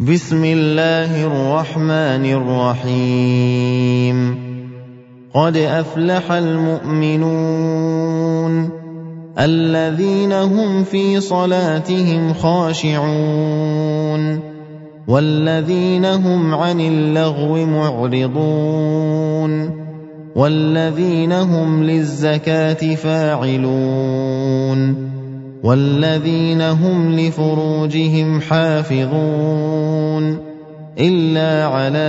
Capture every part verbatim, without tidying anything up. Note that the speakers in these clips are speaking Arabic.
بسم الله الرحمن الرحيم قد أفلح المؤمنون الذين هم في صلاتهم خاشعون والذين هم عن اللغو معرضون والذين هم للزكاة فاعلون والذين هم لفروجهم حافظون إلا على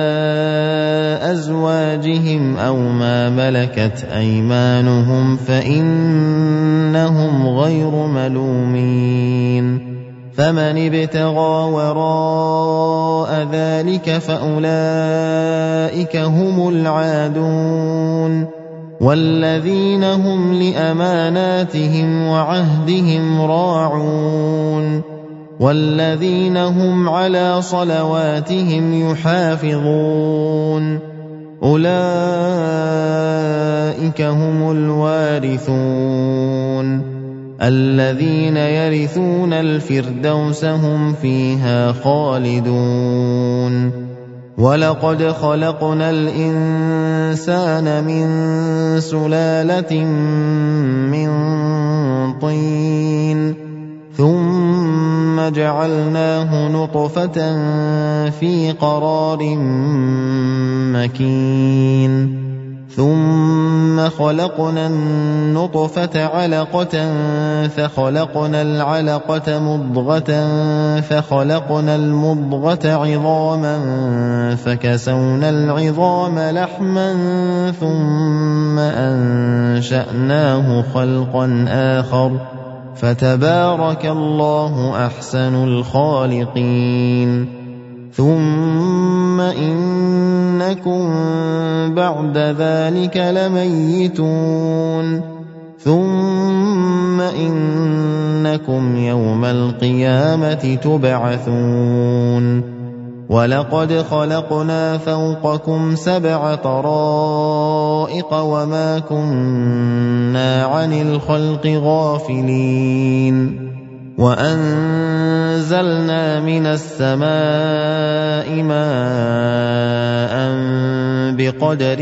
أزواجهم أو ما ملكت أيمانهم فإنهم غير ملومين فمن ابتغى وراء ذلك فأولئك هم العادون والذين هم لأماناتهم وعهدهم راعون والذين هم على صلواتهم يحافظون أولئك هم الوارثون الذين يرثون الفردوس هم فيها خالدون ولقد خلقنا الإنسان من سلالة من طين ثم جعلناه نطفة في قرار مكين ثم خلقنا النطفة علقة فخلقنا العلقة مضغة فخلقنا المضغة عظاما فكسونا العظام لحما ثم أنشأناه خلقا آخر فتبارك الله أحسن الخالقين ثم إنكم بعد ذلك لميتون ثم إنكم يوم القيامة تبعثون ولقد خلقنا فوقكم سبع طرائق وما كنا عن الخلق غافلين وأنزلنا من السماء ماء بقدر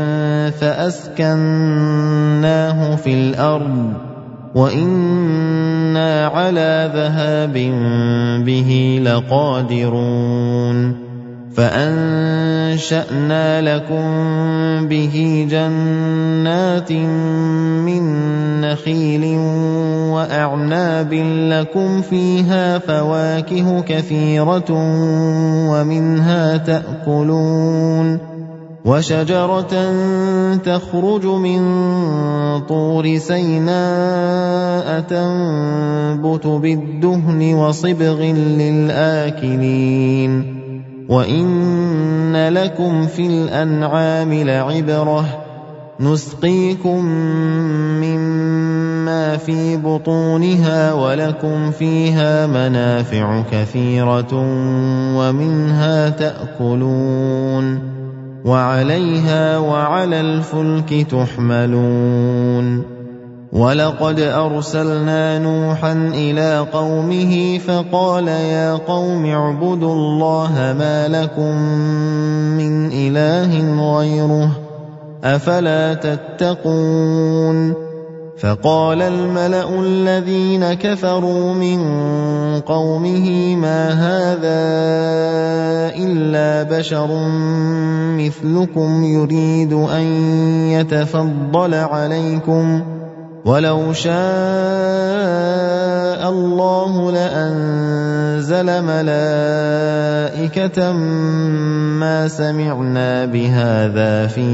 فأسكناه في الأرض وإنا على ذهاب به لقادرون فأنشأنا لكم به جنات من نخيل وأعناب لكم فيها فواكه كثيرة ومنها تأكلون وشجرة تخرج من طور سيناء تنبت بالدهن وصبغ للآكلين وإن لكم في الأنعام لعبرة نسقيكم مما في بطونها ولكم فيها منافع كثيرة ومنها تأكلون وعليها وعلى الفلك تحملون ولقد أرسلنا نوحا إلى قومه فقال يا قوم اعبدوا الله ما لكم من إله غيره أفلا تتقون فقال الملأ الذين كفروا من قومه ما هذا إلا بشر مثلكم يريد أن يتفضل عليكم ولو شاء الله لأنزل ملائكة ما سمعنا بهذا في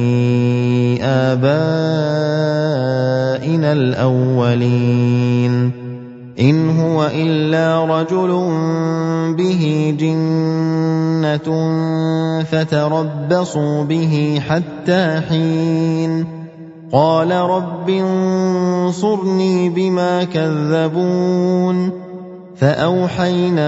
آبائنا الأولين إن هو إلا رجل به جنة فتربصوا به حتى حين قال رب انصرني بما كذبون فأوحينا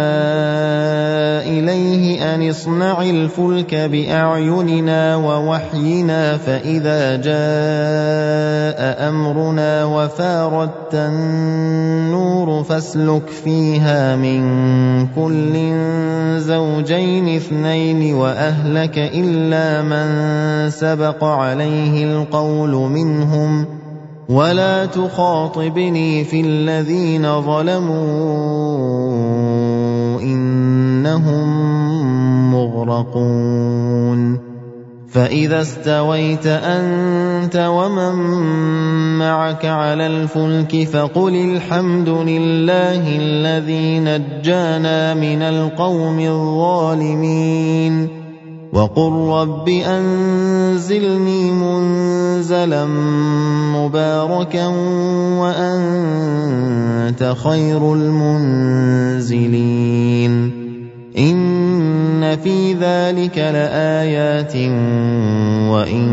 إليه أن اصنع الفلك بأعيننا ووحينا فإذا جاء أمرنا وفاردت النور فاسلك فيها من كل زوجين اثنين وأهلك إلا من سبق عليه القول منهم ولا تخاطبني في الذين ظلموا إنهم مغرقون فإذا استويت أنت ومن معك على الفلك فقل الحمد لله الذي نجانا من القوم الظالمين وقل رب أنزلني منزلا مباركا وأنت خير المنزلين إن في ذلك لآيات وإن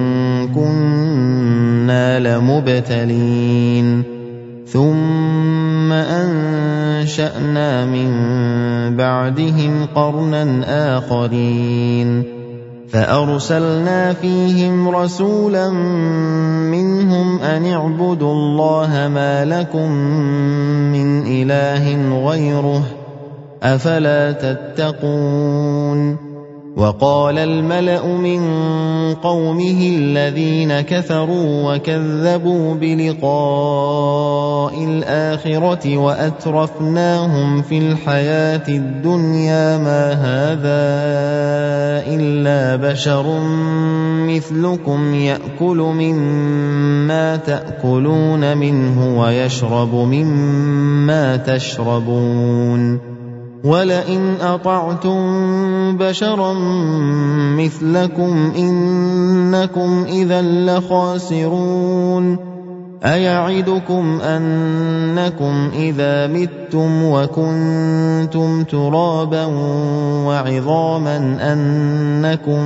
كنا لمبتلين ثم أنشأنا من بعدهم قرنا آخرين فأرسلنا فيهم رسولا منهم أن اعبدوا الله ما لكم من إله غيره أفلا تتقون وقال الملأ من قومه الذين كفروا وكذبوا بلقاء الآخرة وأترفناهم في الحياة الدنيا ما هذا إلا بشر مثلكم يأكل مما تأكلون منه ويشرب مما تشربون ولئن أطعتم بشرا مثلكم إنكم إذا لخاسرون أيعدكم أنكم إذا متم وكنتم ترابا وعظاما أنكم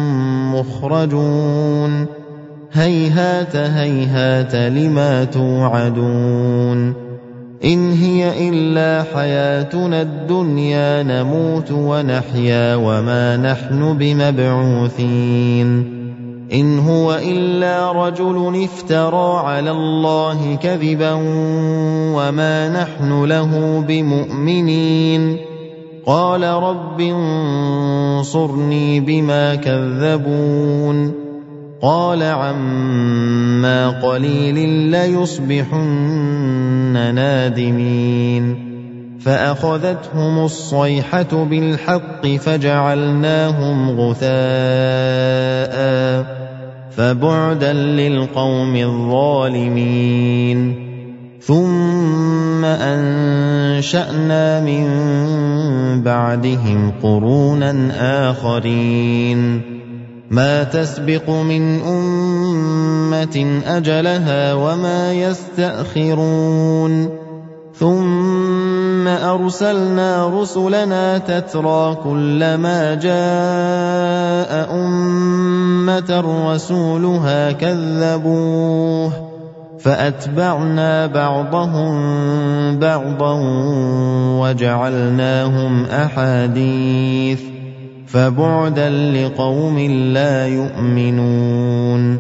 مخرجون هيهات هيهات لما توعدون إن هي إلا حياتنا الدنيا نموت ونحيا وما نحن بمبعوثين إن هو إلا رجل افترى على الله كذبا وما نحن له بمؤمنين قال رب انصرني بما كذبون قال عما قليل ليصبحن نادمين فأخذتهم الصيحة بالحق فجعلناهم غثاء فبعدا للقوم الظالمين ثم أنشأنا من بعدهم قرونا آخرين ما تسبق من أمة أجلها وما يستأخرون ثم أرسلنا رسلنا تترى كلما جاء أمة رسولها كذبوه فأتبعنا بعضهم بعضا وجعلناهم أحاديث فبعدا لقوم لا يؤمنون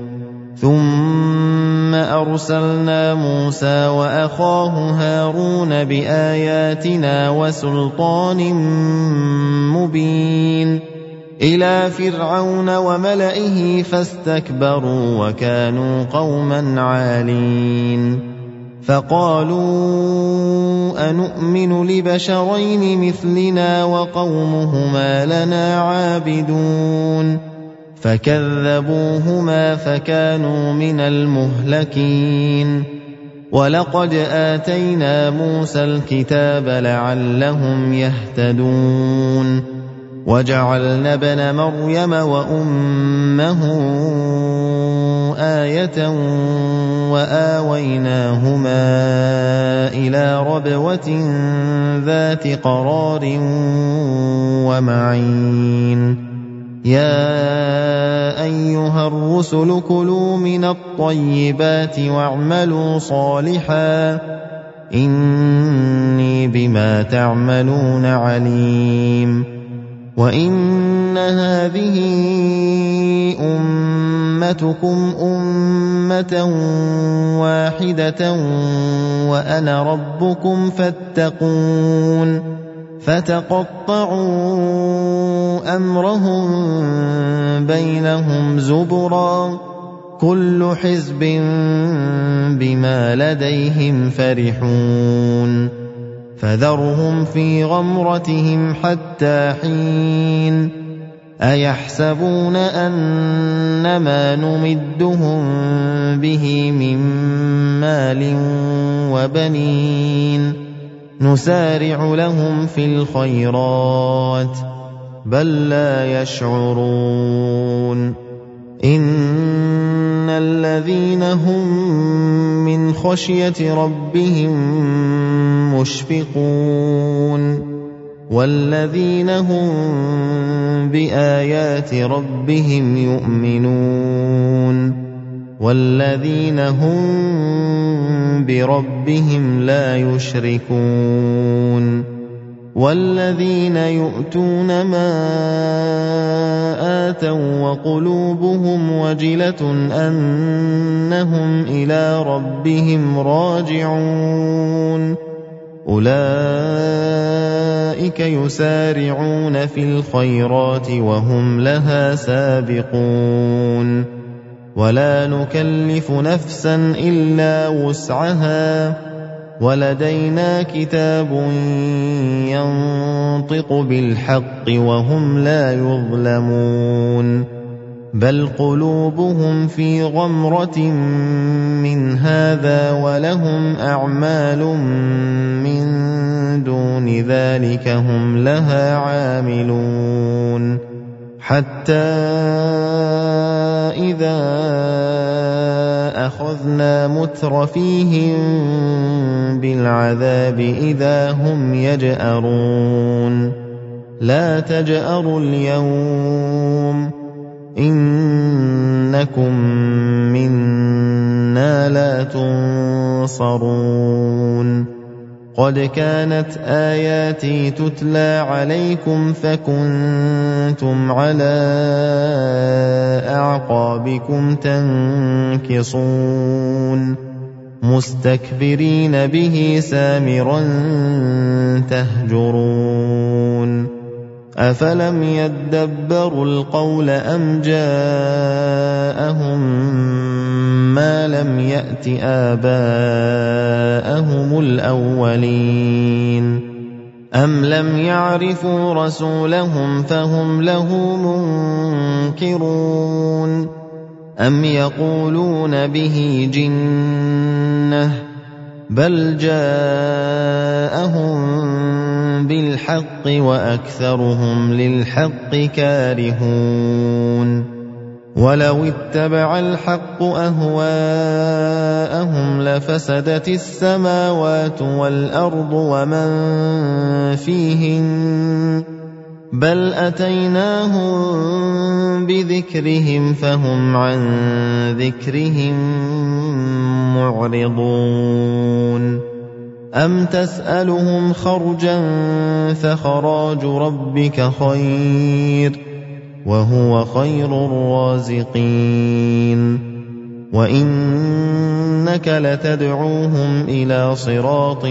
ثم أرسلنا موسى وأخاه هارون بآياتنا وسلطان مبين إلى فرعون وملئه فاستكبروا وكانوا قوما عالين فقالوا أنؤمن لبشرين مثلنا وقومهما لنا عابدون فكذبوهما فكانوا من المهلكين ولقد آتينا موسى الكتاب لعلهم يهتدون وجعلنا ابن مريم وأمه آية وآويناهما إلى ربوة ذات قرار ومعين يا أيها الرسل كلوا من الطيبات واعملوا صالحا إني بما تعملون عليم وإن هذه أمتكم أمة واحدة وأنا ربكم فاتقون فَتَقَطَّعُوا أَمْرَهُم بَيْنَهُمْ زُبُرًا ۖ كُلُّ حِزْبٍ بِمَا لَدَيْهِمْ فَرِحُونَ فَذَرْهُمْ فِي غَمْرَتِهِمْ حَتَّىٰ حِينٍ أَيَحْسَبُونَ أَنَّمَا نُمِدُّهُم بِهِ مِن مَّالٍ وَبَنِينَ نُسَارِعُ لَهُمْ فِي الْخَيْرَاتِ بَل لَّا يَشْعُرُونَ إِنَّ الَّذِينَ هُم مِّنْ خَشْيَةِ رَبِّهِم مُّشْفِقُونَ وَالَّذِينَ هُم بِآيَاتِ رَبِّهِمْ يُؤْمِنُونَ وَالَّذِينَ هُم بِرَبِّهِمْ لَا يُشْرِكُونَ وَالَّذِينَ يُؤْتُونَ مَا آتَوا وَقُلُوبُهُمْ وَجِلَةٌ أَنَّهُمْ إِلَىٰ رَبِّهِمْ راجعون أُولَٰئِكَ يُسَارِعُونَ فِي الْخَيْرَاتِ وَهُمْ لَهَا سَابِقُونَ وَلَا نُكَلِّفُ نَفْسًا إِلَّا وُسْعَهَا وَلَدَيْنَا كِتَابٌ يَنطِقُ بِالْحَقِّ وَهُمْ لَا يُظْلَمُونَ بَلْ قُلُوبُهُمْ فِي غَمْرَةٍ مِّنْ هَٰذَا وَلَهُمْ أَعْمَالٌ مِّن دُونِ ذَٰلِكَ هُمْ لَهَا عَامِلُونَ حَتَّىٰ إِذَا أَخَذْنَا مُتْرَفِيهِم بِالْعَذَابِ إِذَا هُمْ يَجْأَرُونَ لَا تَجْأَرُوا الْيَوْمَ إِنَّكُم مِّنَّا لَا تُنصَرُونَ قَدْ كَانَتْ آيَاتِي تُتْلَىٰ عَلَيْكُمْ فَكُنتُمْ عَلَىٰ أَعْقَابِكُمْ تَنكِصُونَ مُسْتَكْبِرِينَ بِهِ سَامِرًا تَهْجُرُونَ أَفَلَمْ يَدَّبَّرُوا الْقَوْلَ أَمْ جَاءَهُم مَّا لَمْ يَأْتِ آبَاءَهُمُ الْأَوَّلِينَ أَمْ لَمْ يَعْرِفُوا رَسُولَهُمْ فَهُمْ لَهُ مُنكِرُونَ أَمْ يَقُولُونَ بِهِ جِنَّةٌ بَلْ جَاءَهُم بِالْحَقِّ وَأَكْثَرُهُمْ لِلْحَقِّ كَارِهُونَ وَلَوِ اتَّبَعَ الْحَقُّ أَهْوَاءَهُمْ لَفَسَدَتِ السَّمَاوَاتُ وَالْأَرْضُ وَمَن فِيهِنَّ بَلْ أَتَيْنَاهُم بِذِكْرِهِمْ فَهُمْ عَن ذِكْرِهِم مُّعْرِضُونَ أَمْ تَسْأَلُهُمْ خَرْجًا فَخَرَاجُ رَبِّكَ خَيْرٌ وَهُوَ خَيْرُ الرَّازِقِينَ وَإِنَّكَ لَتَدْعُوهُمْ إِلَىٰ صِرَاطٍ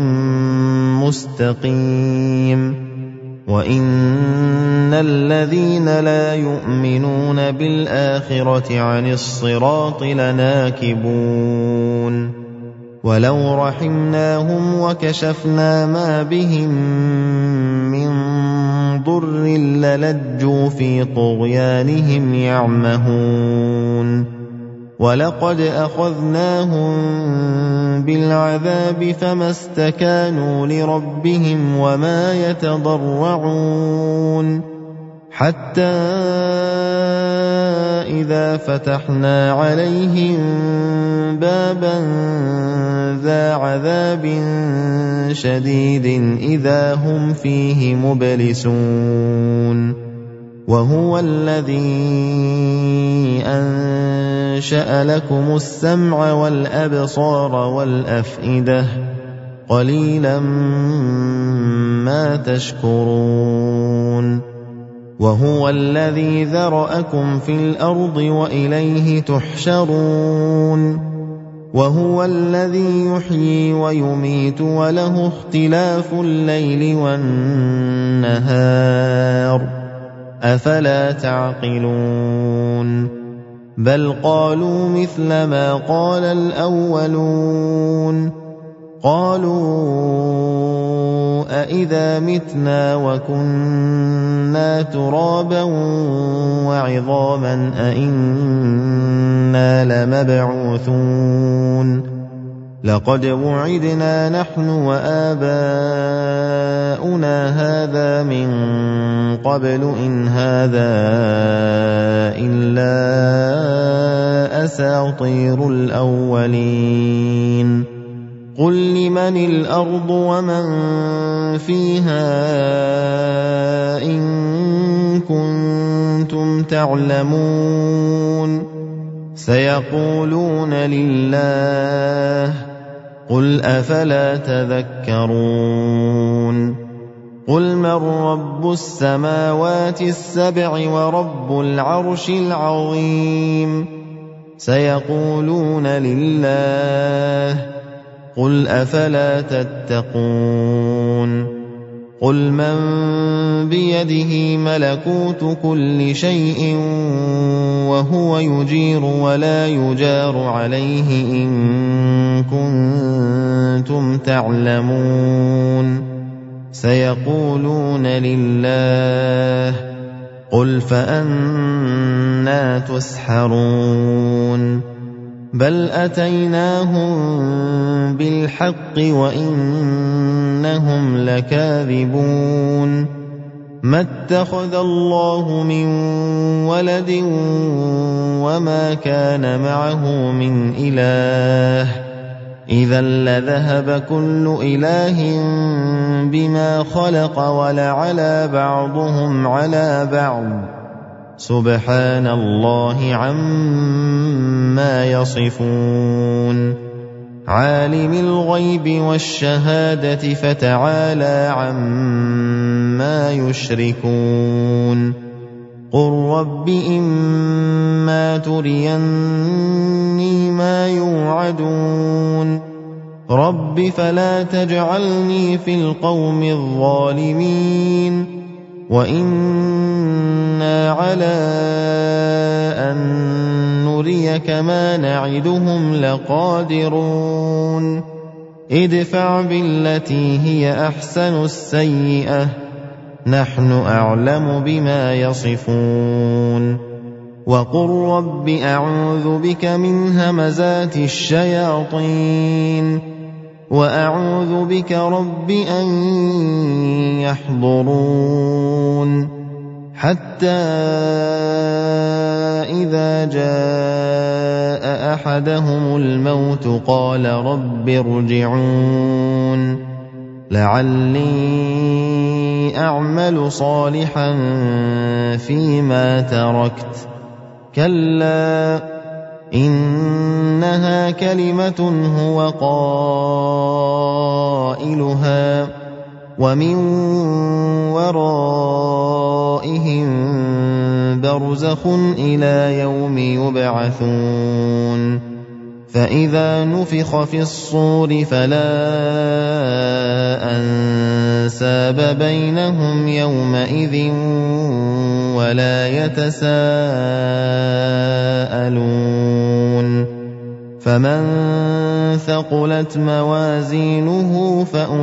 مُّسْتَقِيمٍ وَإِنَّ الَّذِينَ لَا يُؤْمِنُونَ بِالْآخِرَةِ عَنِ الصِّرَاطِ لَنَاكِبُونَ وَلَوْ رَحِمْنَاهُمْ وَكَشَفْنَا مَا بِهِم مِّن ضُرٍّ لَّلَجُّوا فِي طُغْيَانِهِمْ يَعْمَهُونَ وَلَقَدْ أَخَذْنَاهُم بِالْعَذَابِ فَمَا اسْتَكَانُوا لِرَبِّهِمْ وَمَا يَتَضَرَّعُونَ حَتَّىٰ إِذَا فَتَحْنَا عَلَيْهِم بَابًا ذَا عَذَابٍ شَدِيدٍ إِذَا هُمْ فِيهِ مُبْلِسُونَ وَهُوَ الَّذِي أَنشَأَ لَكُمُ السَّمْعَ وَالْأَبْصَارَ وَالْأَفْئِدَةَ قَلِيلًا مَّا تَشْكُرُونَ وَهُوَ الَّذِي ذَرَأَكُمْ فِي الْأَرْضِ وَإِلَيْهِ تُحْشَرُونَ وهو الذي يحيي ويميت وله اختلاف الليل والنهار أفلا تعقلون بل قالوا مثل ما قال الأولون قالوا أإذا متنا وكنا ترابا وعظاما أإنا لمبعوثون لقد وعدنا نحن وآباؤنا هذا من قبل إن هذا إلا أساطير الأولين قل لمن الأرض ومن فيها إن كنتم تعلمون سيقولون لله قل أفلا تذكرون قل من رب السماوات السبع ورب العرش العظيم سيقولون لله قل أفلا تتقون قل من بيده ملكوت كل شيء وهو يجير ولا يجار عليه إن كنتم تعلمون سيقولون لله قل فأنى تسحرون بل أتيناهم بالحق وإنهم لكاذبون ما اتخذ الله من ولد وما كان معه من إله إذا لذهب كل إله بما خلق ولعلى بعضهم على بعض سبحان الله عما يصفون عالم الغيب والشهادة فتعالى عما يشركون قل رب إما تريني ما يوعدون رب فلا تجعلني في القوم الظالمين وإنا على أن نريك ما نعدهم لقادرون ادفع بالتي هي أحسن السيئة نحن أعلم بما يصفون وقل رب أعوذ بك من همزات الشياطين وأعوذ بك رب أن يحضرون حتى إذا جاء أحدهم الموت قال رب ارجعون لعلي أعمل صالحا فيما تركت كلا إنها كلمة هو قائلها ومن ورائهم برزخ إلى يوم يبعثون فإذا نفخ في الصور فلا أنساب بينهم يومئذ ولا يتساءلون فمن ثقلت موازينه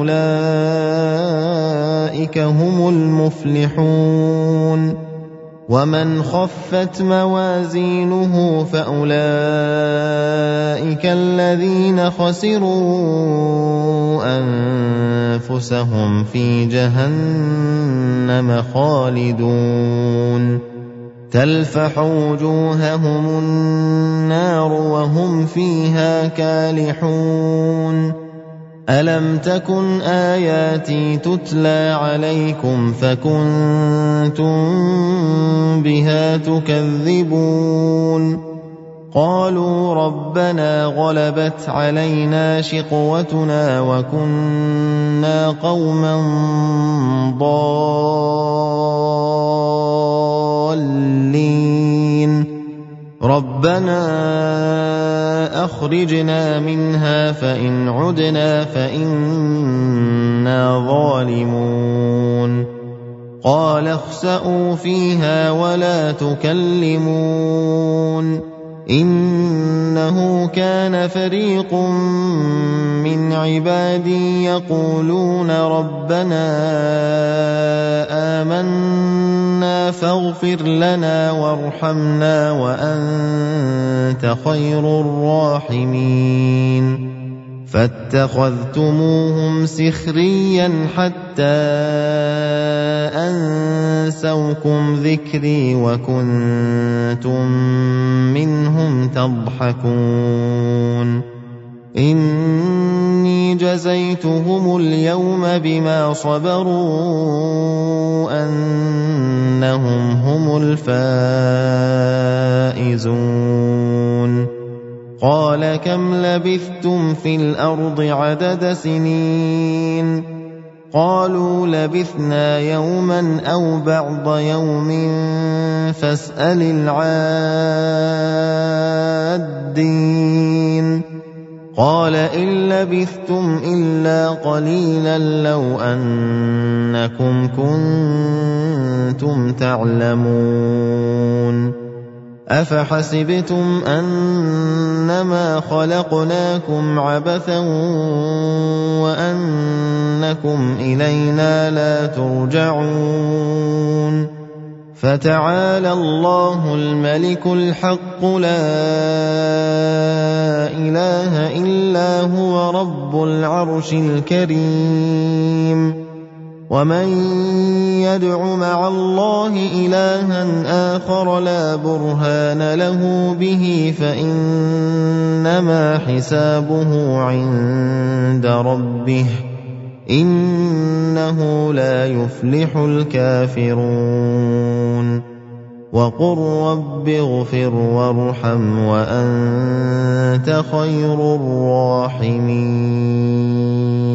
فأولئك هم المفلحون ومن خفت موازينه فأولئك الذين خسروا أنفسهم في جهنم خالدون تلفح وجوههم النار وهم فيها كالحون ألم تكن آياتي تتلى عليكم فكنتم بها تكذبون قالوا ربنا غلبت علينا شقوتنا وكنا قوما ضالين ربنا أخرجنا منها فإن عدنا فإنا ظالمون قال اخسئوا فيها ولا تكلمون إنه كان فريق من عبادي يقولون ربنا آمنا فاغفر لنا وارحمنا وأنت خير الراحمين فاتخذتموهم سخريا حتى أنسوكم ذكري وكنتم منهم تضحكون إني جزيتهم اليوم بما صبروا أنهم هم الفائزون قال كم لبثتم في الأرض عدد سنين قالوا لبثنا يوما أو بعض يوم فاسأل العادين قال إن لبثتم إلا قليلا لو أنكم كنتم تعلمون أفحسبتم أنما خلقناكم عبثا وأنكم إلينا لا ترجعون فتعالى الله الملك الحق لا إله إلا هو رب العرش الكريم ومن يدع مع الله إلها آخر لا برهان له به فإنما حسابه عند ربه إنه لا يفلح الكافرون وقل رب اغفر وارحم وأنت خير الراحمين